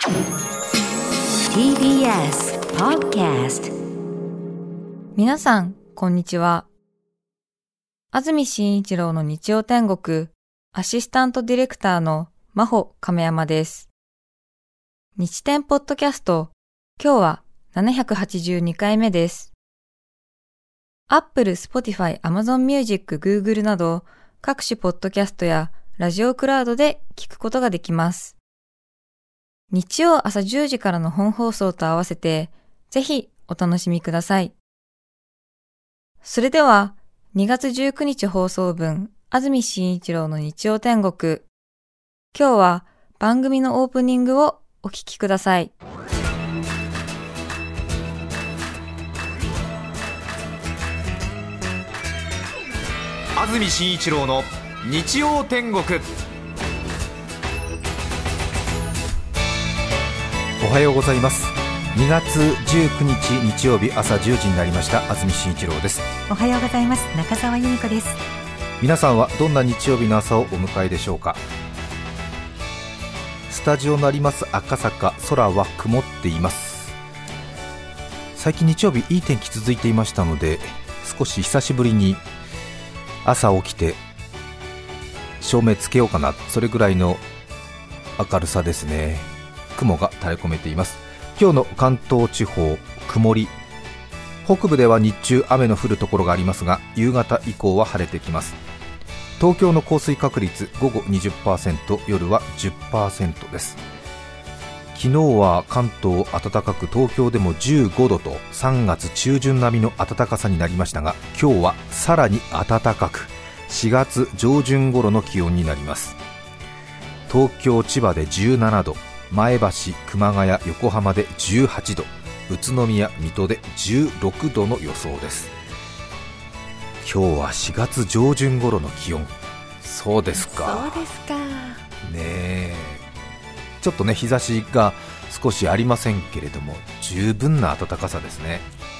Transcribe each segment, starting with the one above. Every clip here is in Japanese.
TBS Podcast。 皆さんこんにちは。安住紳一郎の日曜天国アシスタントディレクターの真帆亀山です。日天ポッドキャスト、今日は782回目です。Apple、Spotify、Amazon Music、Google など各種ポッドキャストやラジオクラウドで聞くことができます。日曜朝10時からの本放送と合わせてぜひお楽しみください。それでは2月19日放送分、安住紳一郎の日曜天国。今日は番組のオープニングをお聞きください。 安住紳一郎の日曜天国。 おはようございます。2月19日日曜日朝10時になりました。安住紳一郎です。 おはようございます。中澤由美子です。 皆さんはどんな日曜日の朝をお迎えでしょうか。スタジオのあります赤坂、空は曇っています。最近日曜日いい天気続いていましたので、少し久しぶりに朝起きて照明つけようかな、それぐらいの明るさですね。雲が垂れ込めています。今日の関東地方、曇り。北部では日中雨の降るところがありますが、夕方以降は晴れてきます。東京の降水確率午後 20%、 夜は 10% です。昨日は関東暖かく、東京でも15度と3月中旬並みの暖かさになりましたが、今日はさらに暖かく4月上旬頃の気温になります。東京、千葉で17度、前橋、熊谷、横浜で18度、宇都宮、水戸で16度の予想です。今日は4月上旬頃の気温。そうですか。 そうですか。 ねえ、ちょっとね日差しが少しありませんけれども、十分な暖かさですね。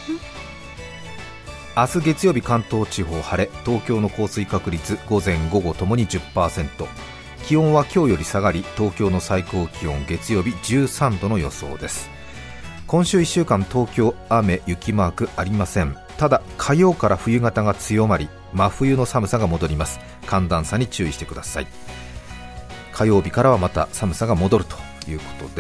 明日月曜日、関東地方晴れ、東京の降水確率午前午後ともに 10%、気温は今日より下がり、東京の最高気温月曜日13度の予想です。今週1週間東京雨雪マークありません。ただ火曜から冬型が強まり、真冬の寒さが戻ります。寒暖差に注意してください。火曜日からはまた寒さが戻るということです。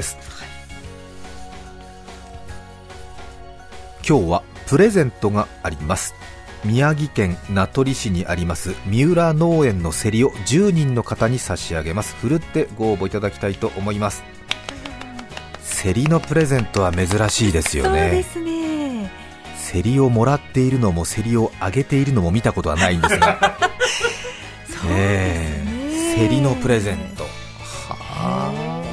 今日はプレゼントがあります。宮城県名取市にあります三浦農園のセリを10人の方に差し上げます。ふるってご応募いただきたいと思います。セリのプレゼントは珍しいですよね。 そうですね。 セリをもらっているのもセリをあげているのも見たことはないんですがそうですね。 セリのプレゼント、は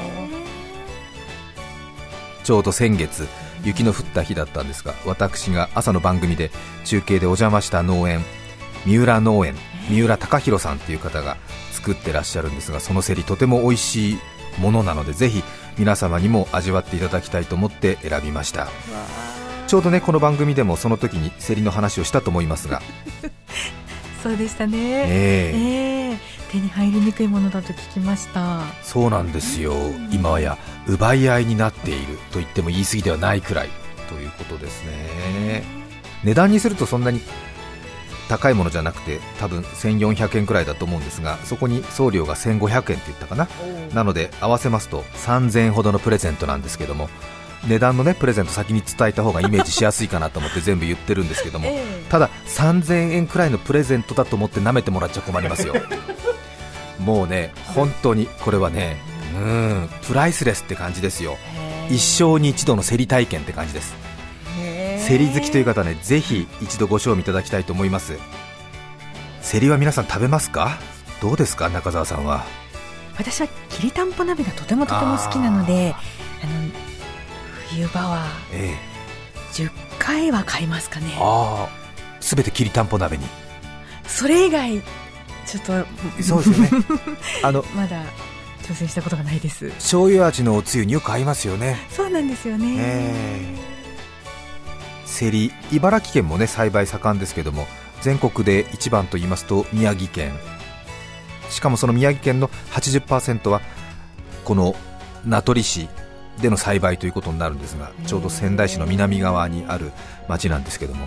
ちょうど先月雪の降った日だったんですが、私が朝の番組で中継でお邪魔した農園、三浦農園、三浦貴弘さんという方が作ってらっしゃるんですが、そのセリとても美味しいものなので、ぜひ皆様にも味わっていただきたいと思って選びました。ちょうどねこの番組でもその時にセリの話をしたと思いますがそうでしたね。手に入りにくいものだと聞きました。 そうなんですよ。今はや奪い合いになっていると言っても言い過ぎではないくらいということですね。値段にするとそんなに高いものじゃなくて、多分1400円くらいだと思うんですが、そこに送料が1500円って言ったかな。なので合わせますと3000円ほどのプレゼントなんですけども、値段のねプレゼント先に伝えた方がイメージしやすいかなと思って全部言ってるんですけども、ただ3000円くらいのプレゼントだと思って舐めてもらっちゃ困りますよ。もうね本当にこれはね、プライスレスって感じですよ。一生に一度のセリ体験って感じです。セリ好きという方はね、ぜひ一度ご賞味いただきたいと思います。セリは皆さん食べますか？どうですか、中澤さんは。 私はきりたんぽ鍋がとても好きなので、冬場は10回は買いますかね。 すべてきりたんぽ鍋に。 それ以外ちょっとそうですよねまだ挑戦したことがないです。 醤油味のおつゆによく合いますよね。 そうなんですよね。 セリ、茨城県もね栽培盛んですけども、全国で一番と言いますと宮城県。しかもその宮城県の 80% はこの名取市での栽培ということになるんですが、ちょうど仙台市の南側にある町なんですけども、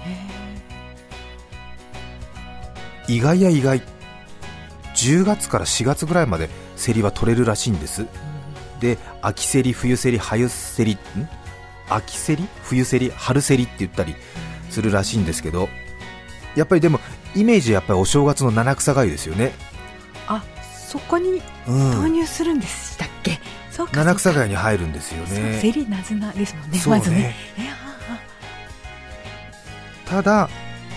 意外や意外、10月から4月ぐらいまでセリは取れるらしいんです。で、秋セリ、冬セリ、春セリ、秋セリ、冬セリ、春セリって言ったりするらしいんですけど、やっぱりでもイメージやっぱりお正月の七草がゆですよね。 あ、そこに投入するんでしたっけ。そうか、 七草がゆに入るんですよね。 セリナズナですもんね。 そうね、 まずね。 ただ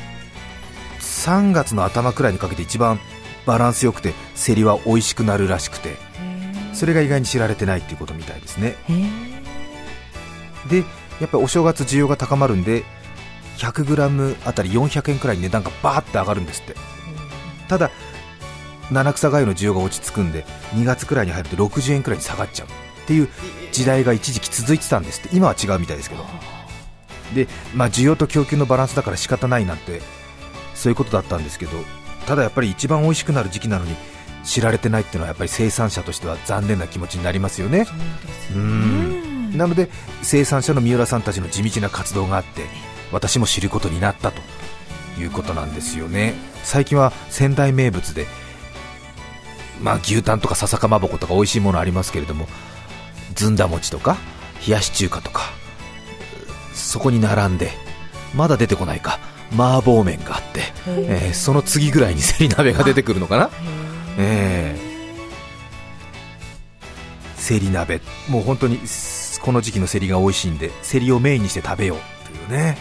3月の頭くらいにかけて一番バランスよくてセリは美味しくなるらしくて、それが意外に知られてないっていうことみたいですね。で、やっぱりお正月需要が高まるんで 100g あたり400円くらい値段がバーって上がるんですって。ただ七草がゆの需要が落ち着くんで2月くらいに入ると60円くらいに下がっちゃうっていう時代が一時期続いてたんですって。今は違うみたいですけど、で、需要と供給のバランスだから仕方ないなんてそういうことだったんですけど、ただやっぱり一番美味しくなる時期なのに知られてないっていうのはやっぱり生産者としては残念な気持ちになりますよね。 そうですね。 なので生産者の三浦さんたちの地道な活動があって私も知ることになったということなんですよね。最近は仙台名物で、牛タンとか笹かまぼことか美味しいものありますけれども、ずんだ餅とか冷やし中華とかそこに並んで、まだ出てこないか麻婆麺があって、その次ぐらいにセリ鍋が出てくるのかな。セリ鍋、もう本当にこの時期のセリが美味しいんでセリをメインにして食べようっていうね。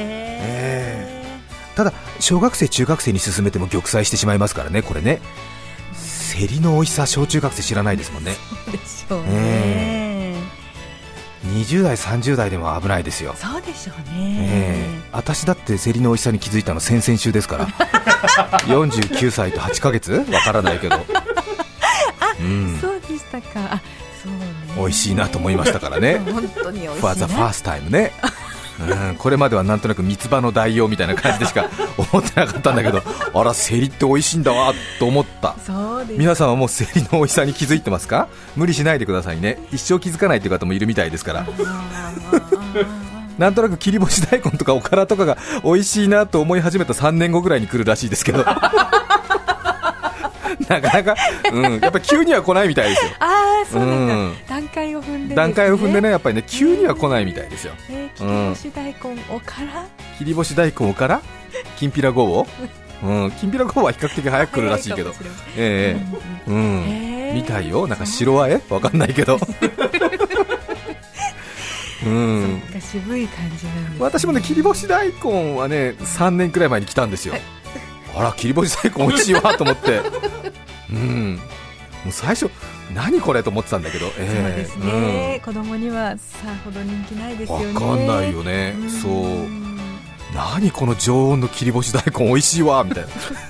ただ小学生中学生に勧めても玉砕してしまいますからね、これね。セリの美味しさ小中学生知らないですもんね。 そうでしょうね。 20代30代でも危ないですよ。 そうでしょうね。 私だってセリの美味しさに気づいたの先々週ですから49歳と8ヶ月わからないけどそうでしたか。そうね、 美味しいなと思いましたからね本当に美味しいな For the first time ねこれまではなんとなく三つ葉の代用みたいな感じでしか思ってなかったんだけどあらセリって美味しいんだわと思った。 そうです。 皆さんはもうセリの美味しさに気づいてますか？無理しないでくださいね。一生気づかないという方もいるみたいですからなんとなく切り干し大根とかおからとかが美味しいなと思い始めた3年後ぐらいに来るらしいですけどなかなか、やっぱり急には来ないみたいですよ。 そうなんだ、段階を踏んでですね。 段階を踏んでね、やっぱりね、急には来ないみたいですよ。 切り干し大根おから切り干し大根おからきんぴらごぼう、きんぴらごぼうは比較的早く来るらしいけど、みたいよ。なんか白あえわかんないけど渋い感じなんです、ね、 私もね、切り干し大根はね3年くらい前に来たんですよ。あら、切り干し大根美味しいわと思ってもう最初何これと思ってたんだけど、 そうですね、子供にはさほど人気ないですよね。 わかんないよね。そう、何この常温の切り干し大根美味しいわみたいな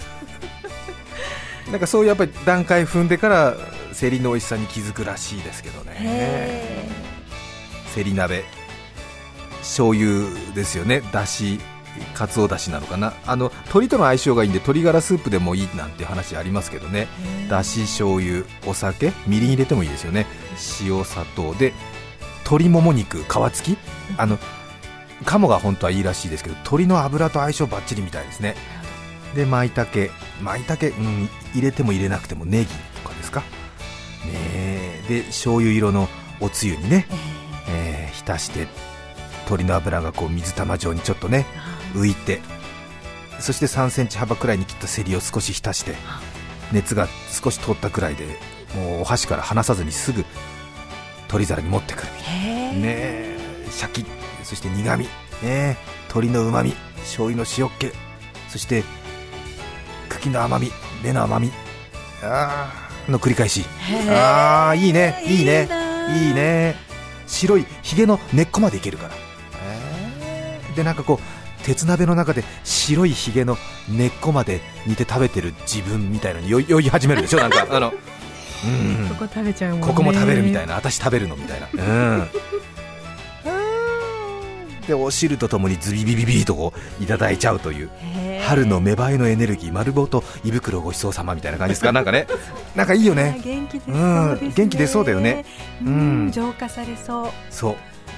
なんかそういうやっぱり段階踏んでからセリの美味しさに気づくらしいですけどね。セリ鍋、醤油ですよね。だし、かつおだしなのかな。鶏との相性がいいんで鶏ガラスープでもいいなんて話ありますけどね。だし、醤油、お酒、みりん入れてもいいですよね。塩、砂糖で、鶏もも肉皮付き、鴨が本当はいいらしいですけど鶏の脂と相性バッチリみたいですね。で、舞茸、入れても入れなくてもネギとかですかね。で、醤油色のおつゆにね、浸して鶏の脂がこう水玉状にちょっとね浮いて、そして3センチ幅くらいに切ったセリを少し浸して熱が少し通ったくらいでもうお箸から離さずにすぐ鶏皿に持ってくるみたいなね。シャキッ、そして苦味、鶏のうまみ、醤油の塩っ気、そして茎の甘み、根の甘みの繰り返し。いいね、いいね、いいね。白いヒゲの根っこまでいけるから、でなんかこう鉄鍋の中で白いヒゲの根っこまで煮て食べてる自分みたいのに酔い始めるでしょ。なんかここ食べちゃうもんね。 ここも食べるみたいな、私食べるのみたいな、でお汁とともにズビビビビとこういただいちゃうという春の芽生えのエネルギー、丸ごと胃袋ごちそうさまみたいな感じですか。なんかね、なんかいいよね。 元気出そうですね。 元気出そうだよね。 浄化されそう。 そう、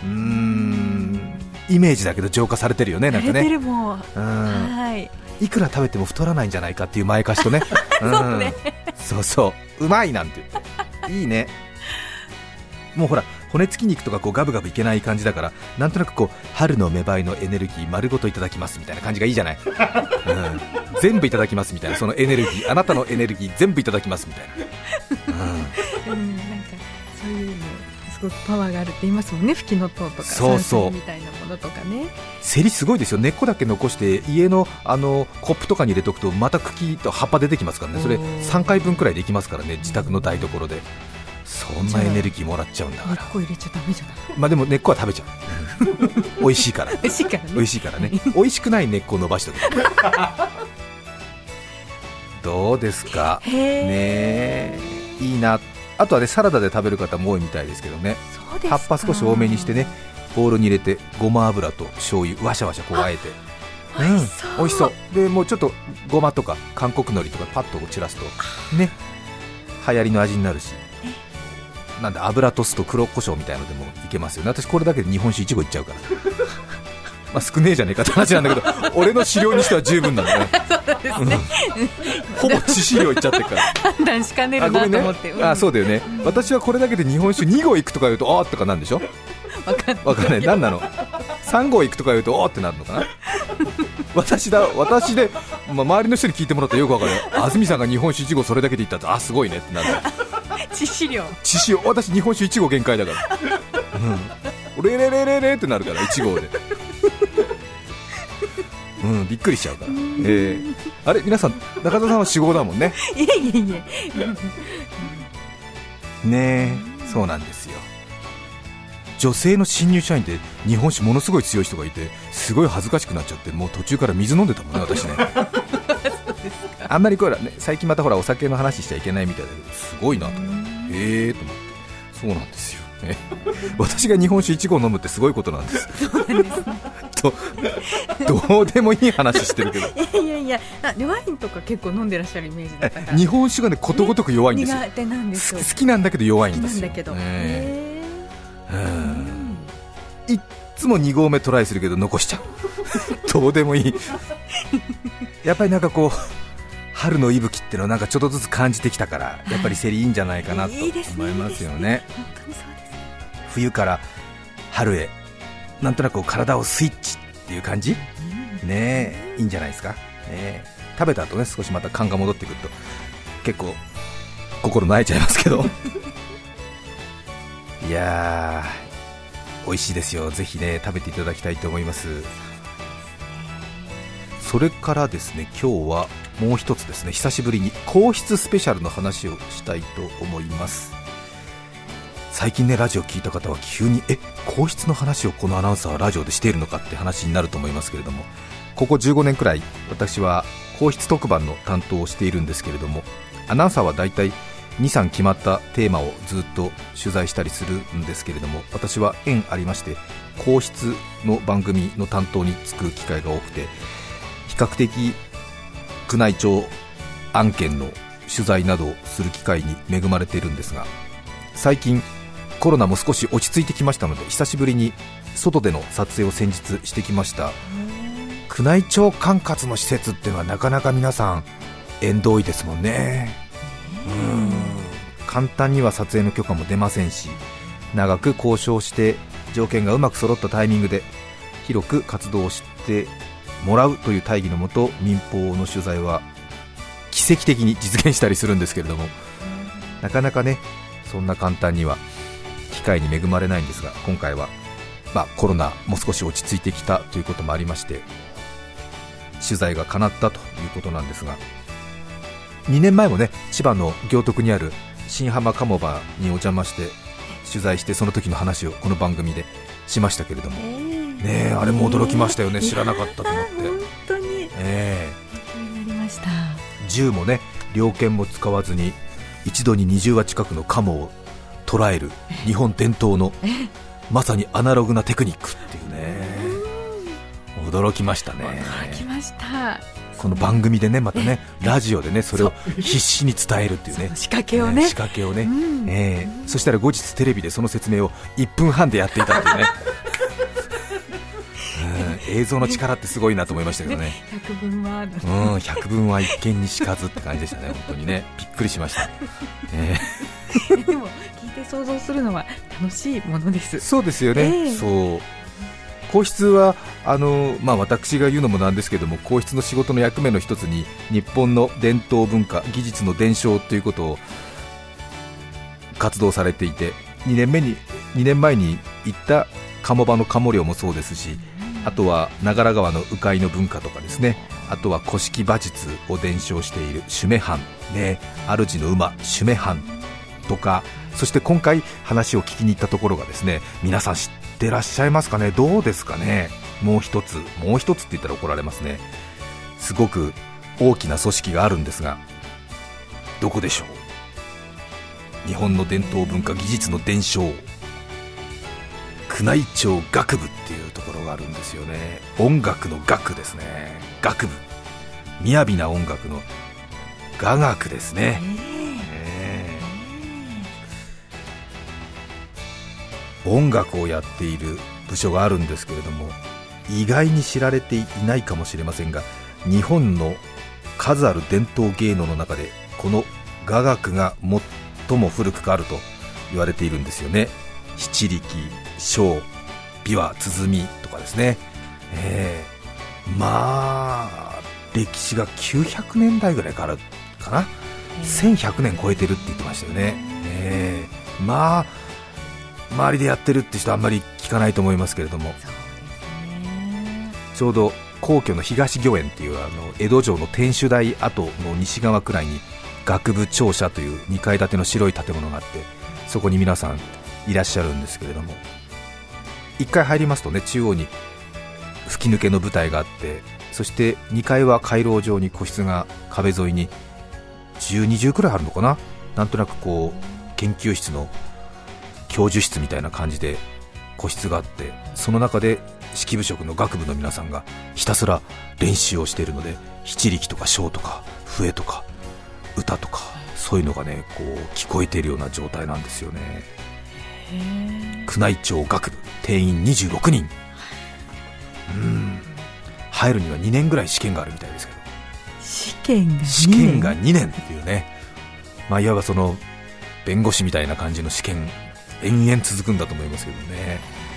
イメージだけど浄化されてるよね。なんかね、 されてるもん。はい。 いくら食べても太らないんじゃないかっていう前かしとね。 そうね。 そうそう、うまいなんて言っていいね。もうほら骨付き肉とかこうガブガブいけない感じだから、なんとなくこう春の芽生えのエネルギー丸ごといただきますみたいな感じがいいじゃない、全部いただきますみたいな、そのエネルギー、あなたのエネルギー全部いただきますみたいな、なんかそういうのすごくパワーがあるって言いますもんね。フキノトウとかそうそうみたいなものとかね。 セリすごいですよ。根っこだけ残して家のコップとかに入れておくとまた茎と葉っぱ出てきますからね。それ3回分くらいできますからね、自宅の台所で。そんなエネルギーもらっちゃうんだから。 根っこ入れちゃダメじゃない。 まあでも根っこは食べちゃう。美味しいから。 美味しいからね。 美味しいからね。美味しくない根っこを伸ばしておく。どうですかね。いいな。あとはね、サラダで食べる方も多いみたいですけどね。葉っぱ少し多めにしてね、ボウルに入れてごま油と醤油わしゃわしゃこうあえて、美味しそうで、もうちょっとごまとか韓国海苔とかパッと散らすとね、流行りの味になるし、なんで油と酢と黒胡椒みたいのでもいけますよね。私これだけで日本酒1合いっちゃうからまあ少ねえじゃねえかって話なんだけど、俺の資料にしては十分なんだね。ほぼ致死量いっちゃってるから判断しかねるなと思って。 そうだよね、私はこれだけで日本酒2合いくとか言うとあーとかなんでしょ。わかんない、何なの。3合いくとか言うとおーってなるのかな。私で、周りの人に聞いてもらったらよくわかるよ。安住さんが日本酒1合それだけで言ったら、あ、すごいねってなる。 致死量。 私日本酒1合限界だから、レレレレレってなるから1合でびっくりしちゃうから。あれ、皆さん、中田さんは4合だもんね。 いえねえ、そうなんですよ。女性の新入社員で日本酒ものすごい強い人がいて、すごい恥ずかしくなっちゃって、もう途中から水飲んでたもんね、私ね。あんまりこれね、最近またほらお酒の話しちゃいけないみたいだけど、すごいなと思って、と思って、そうなんですよ、私が日本酒1合飲むってすごいことなんです。どうでもいい話してるけど。 いやワインとか結構飲んでらっしゃるイメージだったから。 日本酒がね、ことごとく弱いんですよ。 苦手なんですよ。 好きなんだけど弱いんですよ。いっつも2合目トライするけど残しちゃう。どうでもいい。やっぱりなんかこう春の息吹ってのをなんかちょっとずつ感じてきたから、やっぱりセリいいんじゃないかなと思いますよね。 本当にそうですね。 冬から春へ、なんとなく体をスイッチっていう感じ、ね、いいんじゃないですか。食べた後ね、少しまた勘が戻ってくると結構心萎えちゃいますけどいやー、美味しいですよ。ぜひね、食べていただきたいと思います。それからですね、今日はもう一つですね、久しぶりに皇室スペシャルの話をしたいと思います。最近ね、ラジオ聞いた方は急に皇室の話をこのアナウンサーはラジオでしているのかって話になると思いますけれども、ここ15年くらい私は皇室特番の担当をしているんですけれども、アナウンサーはだいたい 2,3 決まったテーマをずっと取材したりするんですけれども、私は縁ありまして皇室の番組の担当に就く機会が多くて、比較的宮内庁案件の取材などをする機会に恵まれているんですが、最近コロナも少し落ち着いてきましたので、久しぶりに外での撮影を先日してきました。宮内庁管轄の施設っていうのはなかなか皆さん縁遠いですもんね。簡単には撮影の許可も出ませんし、長く交渉して条件がうまく揃ったタイミングで広く活動をしてもらうという大義のもと、民放の取材は奇跡的に実現したりするんですけれども、なかなかね、そんな簡単には機会に恵まれないんですが、今回は、コロナも少し落ち着いてきたということもありまして、取材が叶ったということなんですが、2年前もね、千葉の行徳にある新浜鴨場にお邪魔して取材して、その時の話をこの番組でしましたけれども、ね、あれも驚きましたよね。知らなかったと思って。 本当に勉強になりました。 銃もね、猟犬も使わずに一度に20羽近くのカモを捕らえる日本伝統のまさにアナログなテクニックっていうね、驚きましたね。 驚きました。 この番組でね、またねラジオでねそれを必死に伝えるっていうね、 仕掛けをね、 仕掛けをね、そしたら後日テレビでその説明を1分半でやっていたっていうね映像の力ってすごいなと思いましたけどね。 百分はある、 百分は一見にしかずって感じでしたね。本当にねびっくりしました、 でも聞いて想像するのは楽しいものです。 そうですよね、そう皇室は私が言うのもなんですけども、皇室の仕事の役目の一つに日本の伝統文化技術の伝承ということを活動されていて、2年前に行った鴨場の鴨漁もそうですし、あとは長良川の鵜飼の文化とかですね、あとは古式馬術を伝承しているシュメハン、主の馬シュメハンとか、そして今回話を聞きに行ったところがですね、皆さん知ってらっしゃいますかね、どうですかね。もう一つって言ったら怒られますね。すごく大きな組織があるんですが、どこでしょう。日本の伝統文化技術の伝承、宮内庁楽部っていうところがあるんですよね。音楽の楽ですね、楽部、雅な音楽の雅楽ですね。音楽をやっている部署があるんですけれども、意外に知られていないかもしれませんが、日本の数ある伝統芸能の中でこの雅楽が最も古くからあると言われているんですよね。七力、笙、琵琶、鼓とかですね、歴史が900年代ぐらいからかな、1100年超えてるって言ってましたよね。周りでやってるって人はあんまり聞かないと思いますけれども、ちょうど皇居の東御苑っていう江戸城の天守台跡の西側くらいに楽部庁舎という2階建ての白い建物があって、そこに皆さんいらっしゃるんですけれども、1階入りますとね、中央に吹き抜けの舞台があって、そして2階は回廊状に個室が壁沿いに10、20くらいあるのかな、なんとなくこう研究室の教授室みたいな感じで個室があって、その中で式部職の楽部の皆さんがひたすら練習をしているので、七力とか笙とか笛とか歌とかそういうのがねこう聞こえているような状態なんですよね。宮内庁楽部定員26人、入るには2年ぐらい試験があるみたいですけど、 試験が 2年っていうね、いわばその弁護士みたいな感じの試験延々続くんだと思いますけどね。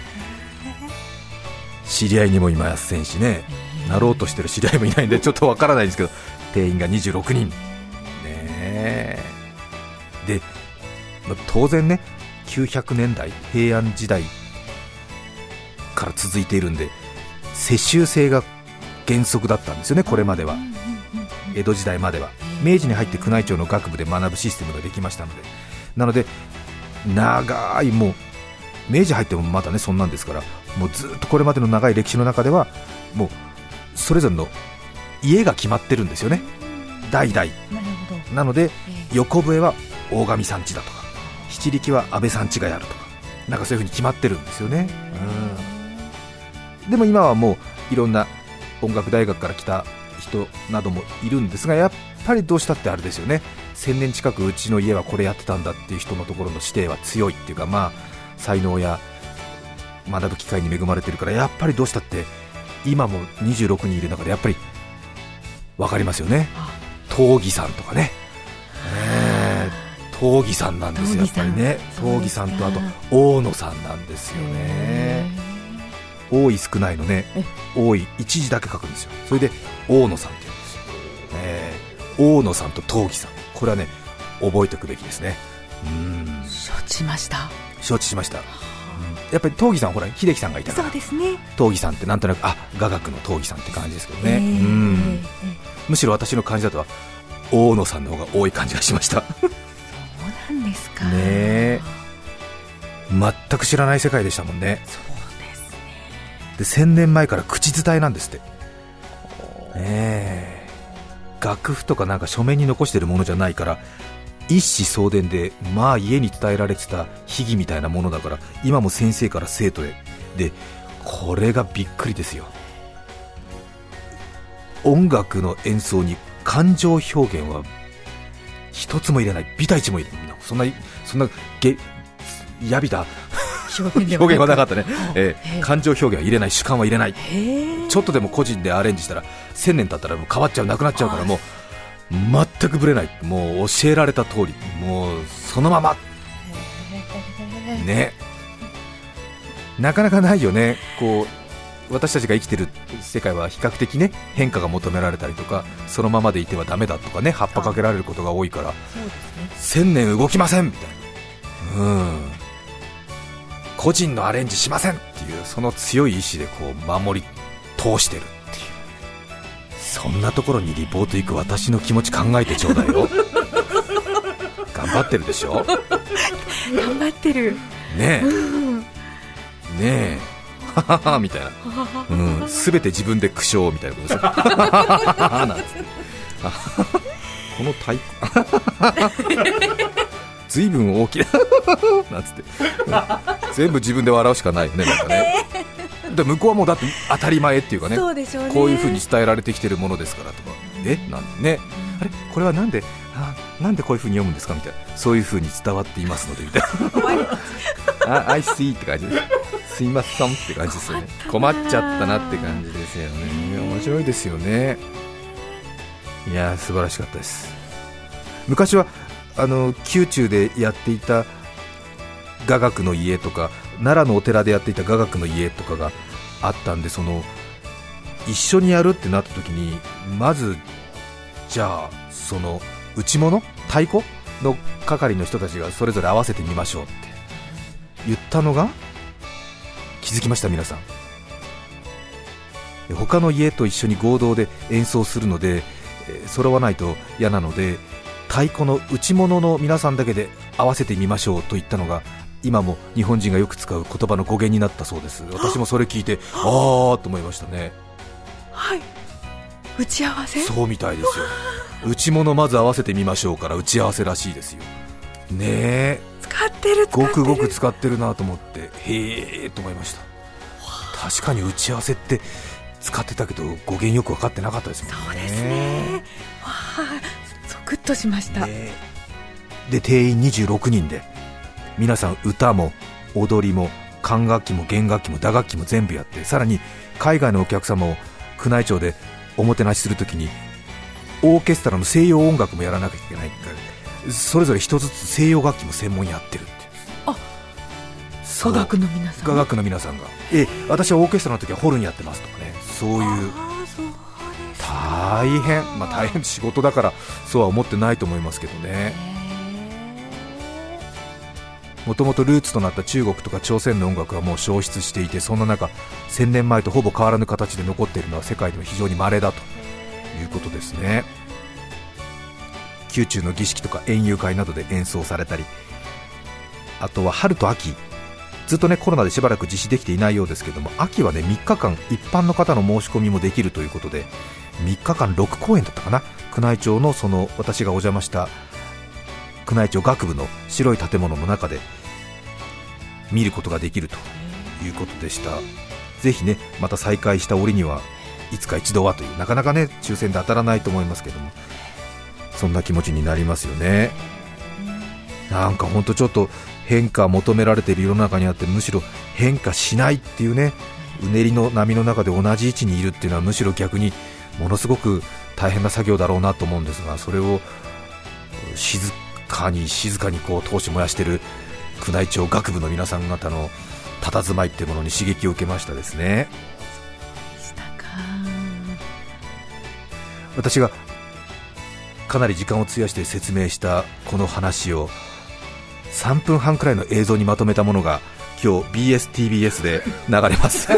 知り合いにもいませんしね、なろうとしてる知り合いもいないんでちょっとわからないんですけど、定員が26人ね。で、当然ね900年代平安時代から続いているんで、世襲制が原則だったんですよね、これまでは。江戸時代までは。明治に入って宮内庁の楽部で学ぶシステムができましたので、なので長い、もう明治入ってもまだねそんなんですから、もうずっとこれまでの長い歴史の中ではもうそれぞれの家が決まってるんですよね、代々。なので横笛は大神さん家だとか、七力は安倍さん家がやるとか、なんかそういう風に決まってるんですよね。でも今はもういろんな音楽大学から来た人などもいるんですが、やっぱりどうしたってあれですよね、1000年近くうちの家はこれやってたんだっていう人のところの指定は強いっていうか、才能や学ぶ機会に恵まれてるから、やっぱりどうしたって今も26人いる中でやっぱり分かりますよね。東儀さんとかね、東儀さんなんですよ、やっぱりね。東儀さんとあと大野さんなんですよね。多い少ないのね、多い一字だけ書くんですよ。それで大野さんって言うんですよ。大野さんと東儀さん、これはね覚えておくべきですね。 承知しました。 承知しました。やっぱり東儀さん、ほら秀樹さんがいたから、 そうですね、 東儀さんってなんとなく雅楽の東儀さんって感じですけどね。むしろ私の感じだとは大野さんの方が多い感じがしました。 そうなんですかね。全く知らない世界でしたもんね。 そうですね。 で1000年前から口伝えなんですって。楽譜とかなんか書面に残してるものじゃないから、一子相伝で家に伝えられてた秘技みたいなものだから、今も先生から生徒へで、これがびっくりですよ。 音楽の演奏に感情表現は一つも入れない、ビタ一も入れない、そんなやびた表現はなかったね、感情表現は入れない、主観は入れない、ちょっとでも個人でアレンジしたら1000年経ったらもう変わっちゃう、なくなっちゃうから、もう全くぶれない、もう教えられた通り、もうそのままね。なかなかないよね、こう私たちが生きてる世界は比較的ね、変化が求められたりとか、そのままでいてはダメだとかね、葉っぱかけられることが多いから、1000年動きませんみたいな、個人のアレンジしませんっていう、その強い意志でこう守り通してるっていう、そんなところにリポート行く私の気持ち考えてちょうだいよ頑張ってるでしょ頑張ってるねえ、ねえはははみたいな、すべて自分で苦笑みたいなことですよなんつってこの太鼓ずいぶん大きななんつって、全部自分で笑うしかないよね、なんかね、で向こうはもうだって当たり前っていうかね、 そうでしょうね、 こういう風に伝えられてきてるものですからとか、なんでね、あれこれはなんでこういう風に読むんですかみたいな、そういう風に伝わっていますのでみたいなI see って感じです、すいませんって感じですよね、困っちゃったなって感じですよね。面白いですよね。いや素晴らしかったです。昔は宮中でやっていた雅楽の家とか、奈良のお寺でやっていた雅楽の家とかがあったんで、その一緒にやるってなった時に、まずじゃあその内物太鼓の係の人たちがそれぞれ合わせてみましょうって言ったのが気づきました。皆さん他の家と一緒に合同で演奏するので揃わないと嫌なので、太鼓の内物の皆さんだけで合わせてみましょうと言ったのが、今も日本人がよく使う言葉の語源になったそうです。私もそれ聞いてあーと思いましたね。 はい、打ち合わせ、 そうみたいですよ。内物まず合わせてみましょうから打ち合わせらしいですよね。え使ってるごくごく使ってるなと思って、へーと思いました。確かに打ち合わせって使ってたけど語源よく分かってなかったですもんね。 そうですね、わあ、ゾクッとしました、 で定員26人で皆さん歌も踊りも管楽器も弦楽器も打楽器も全部やって、さらに海外のお客様を宮内庁でおもてなしするときにオーケストラの西洋音楽もやらなきゃいけないから、それぞれ一つずつ西洋楽器も専門やってるって。 雅楽の皆さん、 雅楽の皆さんが、私はオーケストラの時はホルンやってますとかね、そういう大変、大変仕事だからそうは思ってないと思いますけどね。もともとルーツとなった中国とか朝鮮の音楽はもう消失していて、そんな中1000年前とほぼ変わらぬ形で残っているのは世界でも非常に稀だということですね。宮中の儀式とか園遊会などで演奏されたり、あとは春と秋、ずっとねコロナでしばらく実施できていないようですけども、秋はね3日間一般の方の申し込みもできるということで、3日間6公演だったかな、宮内庁のその私がお邪魔した宮内庁楽部の白い建物の中で見ることができるということでした。ぜひねまた再開した折にはいつか一度はという、なかなかね抽選で当たらないと思いますけども、そんな気持ちになりますよね。なんかほんとちょっと変化求められている世の中にあって、むしろ変化しないっていうね、うねりの波の中で同じ位置にいるっていうのはむしろ逆にものすごく大変な作業だろうなと思うんですが、それを静かにこう闘志燃やしている宮内庁楽部の皆さん方の佇まいっていうものに刺激を受けましたですね。私がかなり時間を費やして説明したこの話を3分半くらいの映像にまとめたものが今日 BSTBS で流れます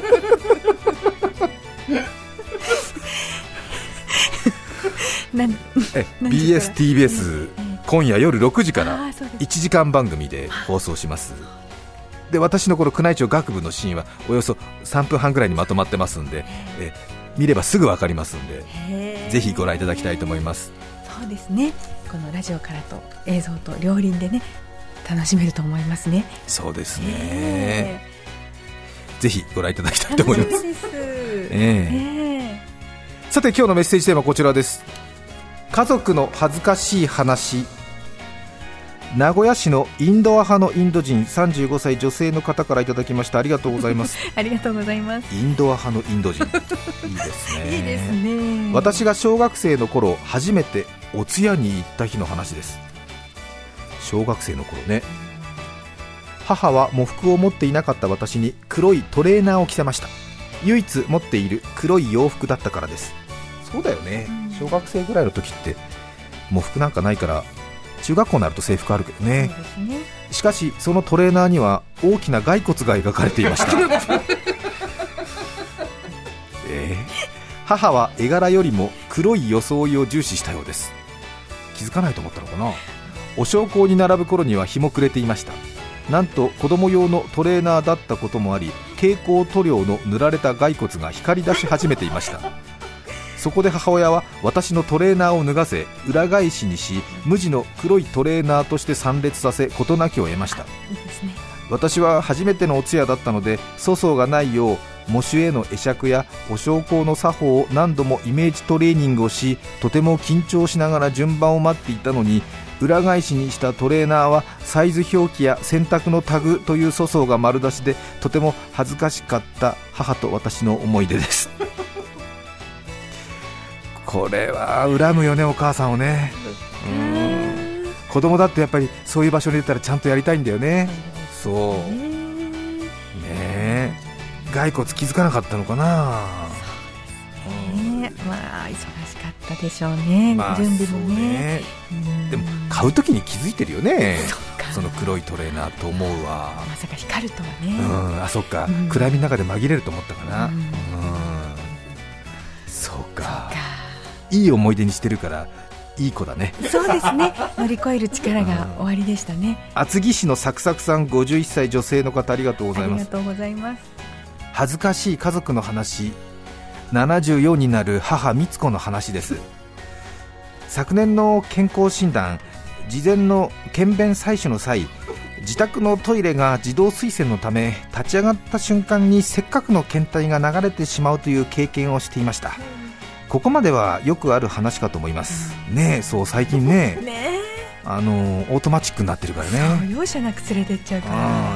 BSTBS 今夜夜6時から1時間番組で放送します。で私のこの宮内庁楽部のシーンはおよそ3分半くらいにまとまってますんで、見ればすぐ分かりますんで、ぜひご覧いただきたいと思います。 そうですね、このラジオからと映像と両輪でね楽しめると思いますね。 そうですね、ぜひご覧いただきたいと思います。 さて今日のメッセージテーマはこちらです。家族の恥ずかしい話。名古屋市のインドア派のインド人35歳女性の方からいただきました。ありがとうございますありがとうございます。 インドア派のインド人いいですね。 いいですね。 私が小学生の頃初めてお通夜に行った日の話です。小学生の頃ね。母は喪服を持っていなかった私に黒いトレーナーを着せました。唯一持っている黒い洋服だったからです。そうだよね、小学生ぐらいの時って喪服なんかないから、中学校になると制服あるけどね。 そうですね。 しかしそのトレーナーには大きな骸骨が描かれていました母は絵柄よりも黒い装いを重視したようです。気づかないと思ったのかな。お焼香に並ぶ頃には日も暮れていました。なんと子供用のトレーナーだったこともあり、蛍光塗料の塗られた骸骨が光り出し始めていましたそこで母親は私のトレーナーを脱がせ裏返しにし、無地の黒いトレーナーとして参列させ事なきを得ました。 いいですね。 私は初めてのお通夜だったので、粗相がないよう喪主への会釈やお焼香の作法を何度もイメージトレーニングをし、とても緊張しながら順番を待っていたのに、裏返しにしたトレーナーはサイズ表記や洗濯のタグという粗相が丸出しで、とても恥ずかしかった母と私の思い出ですこれは恨むよね、お母さんをね。子供だってやっぱりそういう場所に出たらちゃんとやりたいんだよね。そうねえ、骸骨気づかなかったのかな。 まあ忙しかったでしょうね、準備もね。 でも買うときに気づいてるよね。 その黒いトレーナーと思うわ。 まさか光るとはね。 あ、そっか、暗闇の中で紛れると思ったかな。そうか、いい思い出にしてるからいい子だね。 そうですね、乗り越える力が終わりでしたね。 厚木市のサクサクさん51歳女性の方、ありがとうございます。 ありがとうございます。 恥ずかしい家族の話。74になる母みつ子の話です。昨年の健康診断、事前の検便採取の際、自宅のトイレが自動水洗のため、立ち上がった瞬間にせっかくの検体が流れてしまうという経験をしていました。ここまではよくある話かと思いますね。そう最近ね、オートマチックになってるからね。 容赦なく連れてっちゃうから。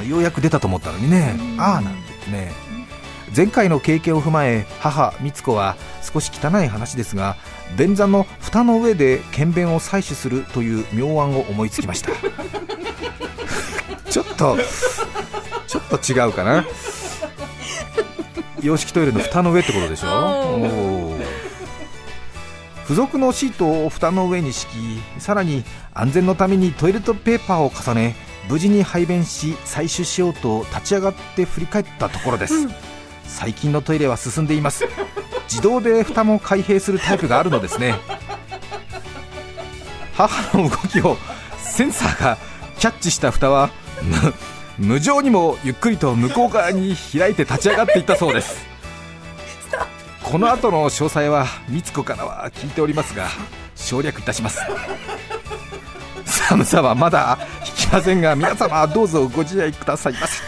ようやく出たと思ったのにね、なんてね。前回の経験を踏まえ、母みつ子は少し汚い話ですが、便座の蓋の上で検便を採取するという妙案を思いつきましたちょっと違うかな。洋式トイレの蓋の上ってことでしょ。付属のシートを蓋の上に敷き、さらに安全のためにトイレットペーパーを重ね、無事に排便し採取しようと立ち上がって振り返ったところです。最近のトイレは進んでいます。自動で蓋も開閉するタイプがあるのですね。母の動きをセンサーがキャッチした蓋は無情にもゆっくりと向こう側に開いて立ち上がっていったそうです。この後の詳細はみつこからは聞いておりますが、省略いたします。寒さはまだ引きませんが、皆様どうぞご自愛くださいませ。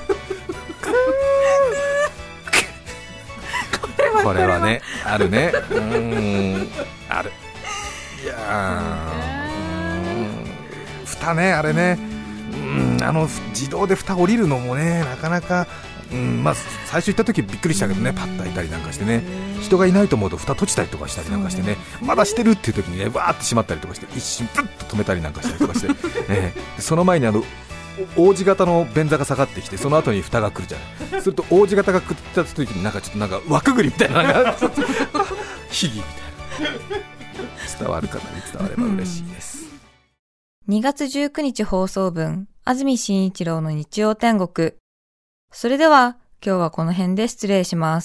これはね、あるね。ある。いや蓋ね、あれね、自動で蓋降りるのもね、なかなか、最初行った時びっくりしたけどね、パッと開いたりなんかしてね、人がいないと思うと蓋閉じたりとかしたりなんかしてね、まだしてるっていう時にね、わーって閉まったりとかして、一瞬プッと止めたりなんかしたりとかして、その前に王子型の便座が下がってきて、その後に蓋が来るじゃない。すると王子型が来た時になんかちょっとなんか輪くぐりみたいな、なんか秘技みたいな。伝わる方に伝われば嬉しいです。 2月19日放送分、安住紳一郎の日曜天国。それでは今日はこの辺で失礼します。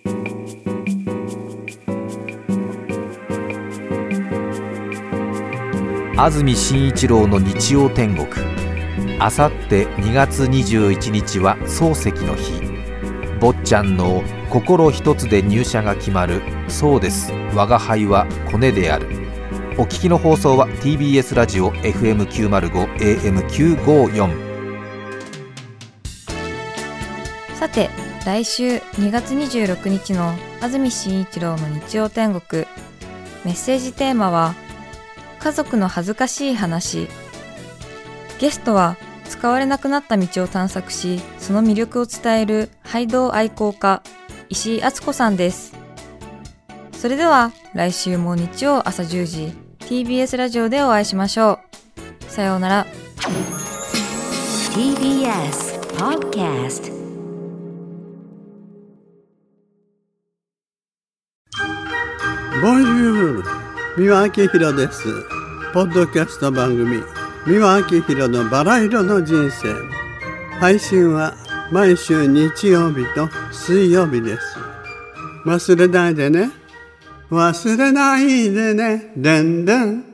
安住紳一郎の日曜天国。あさって2月21日は漱石の日。坊ちゃんの心一つで入社が決まる。そうです、我が輩はコネである。お聞きの放送は TBS ラジオ FM905 AM954。 さて、来週2月26日の安住紳一郎の日曜天国。メッセージテーマは家族の恥ずかしい話。ゲストは使われなくなった道を探索し、その魅力を伝える廃道愛好家石井敦子さんです。それでは来週も日曜朝10時 TBS ラジオでお会いしましょう。さようなら。 TBS Podcast。 ボンジュール、三輪明宏です。ポッドキャスト番組三輪明宏のバラ色の人生。配信は毎週日曜日と水曜日です。忘れないでね、忘れないでね、でんでん。